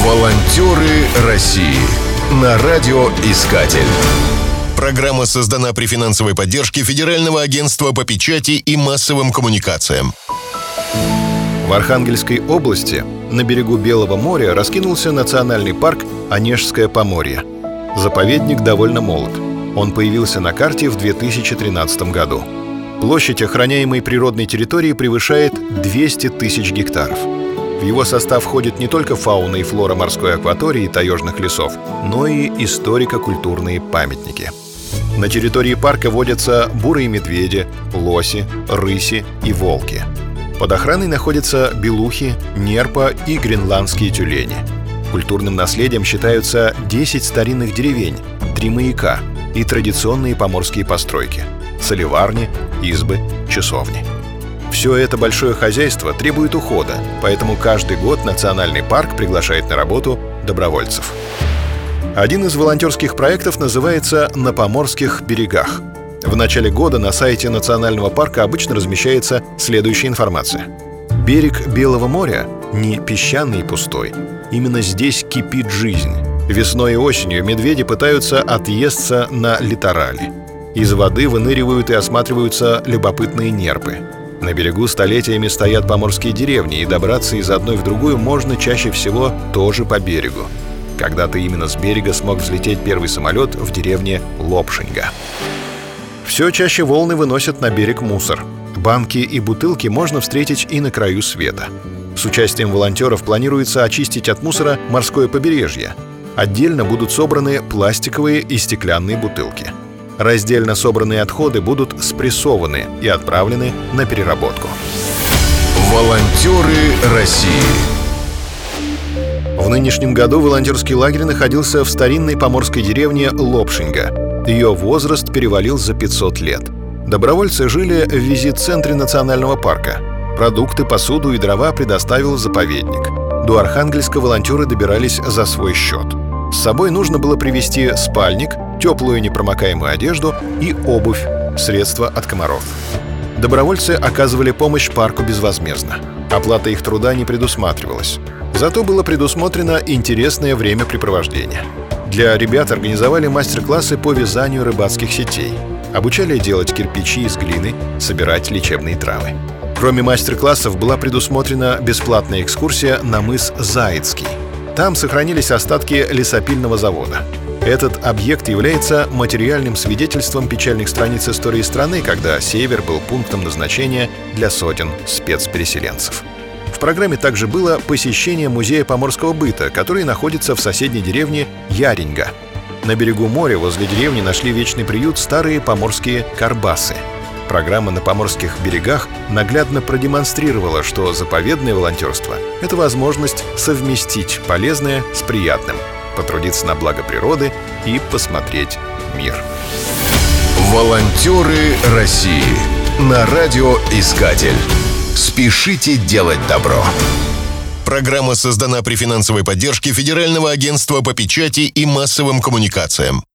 Волонтеры России на радиоискатель. Программа создана при финансовой поддержке Федерального агентства по печати и массовым коммуникациям. В Архангельской области на берегу Белого моря раскинулся национальный парк Онежское Поморье. Заповедник довольно молод. Он появился на карте в 2013 году. Площадь охраняемой природной территории превышает 200 тысяч гектаров. В его состав входит не только фауна и флора морской акватории и таежных лесов, но и историко-культурные памятники. На территории парка водятся бурые медведи, лоси, рыси и волки. Под охраной находятся белухи, нерпа и гренландские тюлени. Культурным наследием считаются 10 старинных деревень, 3 маяка и традиционные поморские постройки – солеварни, избы, часовни. Все это большое хозяйство требует ухода, поэтому каждый год национальный парк приглашает на работу добровольцев. Один из волонтерских проектов называется «На поморских берегах». В начале года на сайте национального парка обычно размещается следующая информация. Берег Белого моря не песчаный и пустой. Именно здесь кипит жизнь. Весной и осенью медведи пытаются отъесться на литорали. Из воды выныривают и осматриваются любопытные нерпы. На берегу столетиями стоят поморские деревни, и добраться из одной в другую можно чаще всего тоже по берегу. Когда-то именно с берега смог взлететь первый самолет в деревне Лопшинга. Все чаще волны выносят на берег мусор. Банки и бутылки можно встретить и на краю света. С участием волонтеров планируется очистить от мусора морское побережье. Отдельно будут собраны пластиковые и стеклянные бутылки. Раздельно собранные отходы будут спрессованы и отправлены на переработку. Волонтеры России. В нынешнем году волонтерский лагерь находился в старинной поморской деревне Лопшинга. Ее возраст перевалил за 500 лет. Добровольцы жили в визит-центре национального парка. Продукты, посуду и дрова предоставил заповедник. До Архангельска волонтеры добирались за свой счет. С собой нужно было привезти спальник, теплую непромокаемую одежду и обувь, средства от комаров. Добровольцы оказывали помощь парку безвозмездно. Оплата их труда не предусматривалась. Зато было предусмотрено интересное времяпрепровождение. Для ребят организовали мастер-классы по вязанию рыбацких сетей. Обучали делать кирпичи из глины, собирать лечебные травы. Кроме мастер-классов была предусмотрена бесплатная экскурсия на мыс Заицкий. Там сохранились остатки лесопильного завода. Этот объект является материальным свидетельством печальных страниц истории страны, когда Север был пунктом назначения для сотен спецпереселенцев. В программе также было посещение музея поморского быта, который находится в соседней деревне Яринга. На берегу моря возле деревни нашли вечный приют старые поморские карбасы. Программа «На поморских берегах» наглядно продемонстрировала, что заповедное волонтерство — это возможность совместить полезное с приятным, потрудиться на благо природы и посмотреть мир. Волонтеры России на радиоискатель. Спешите делать добро. Программа создана при финансовой поддержке Федерального агентства по печати и массовым коммуникациям.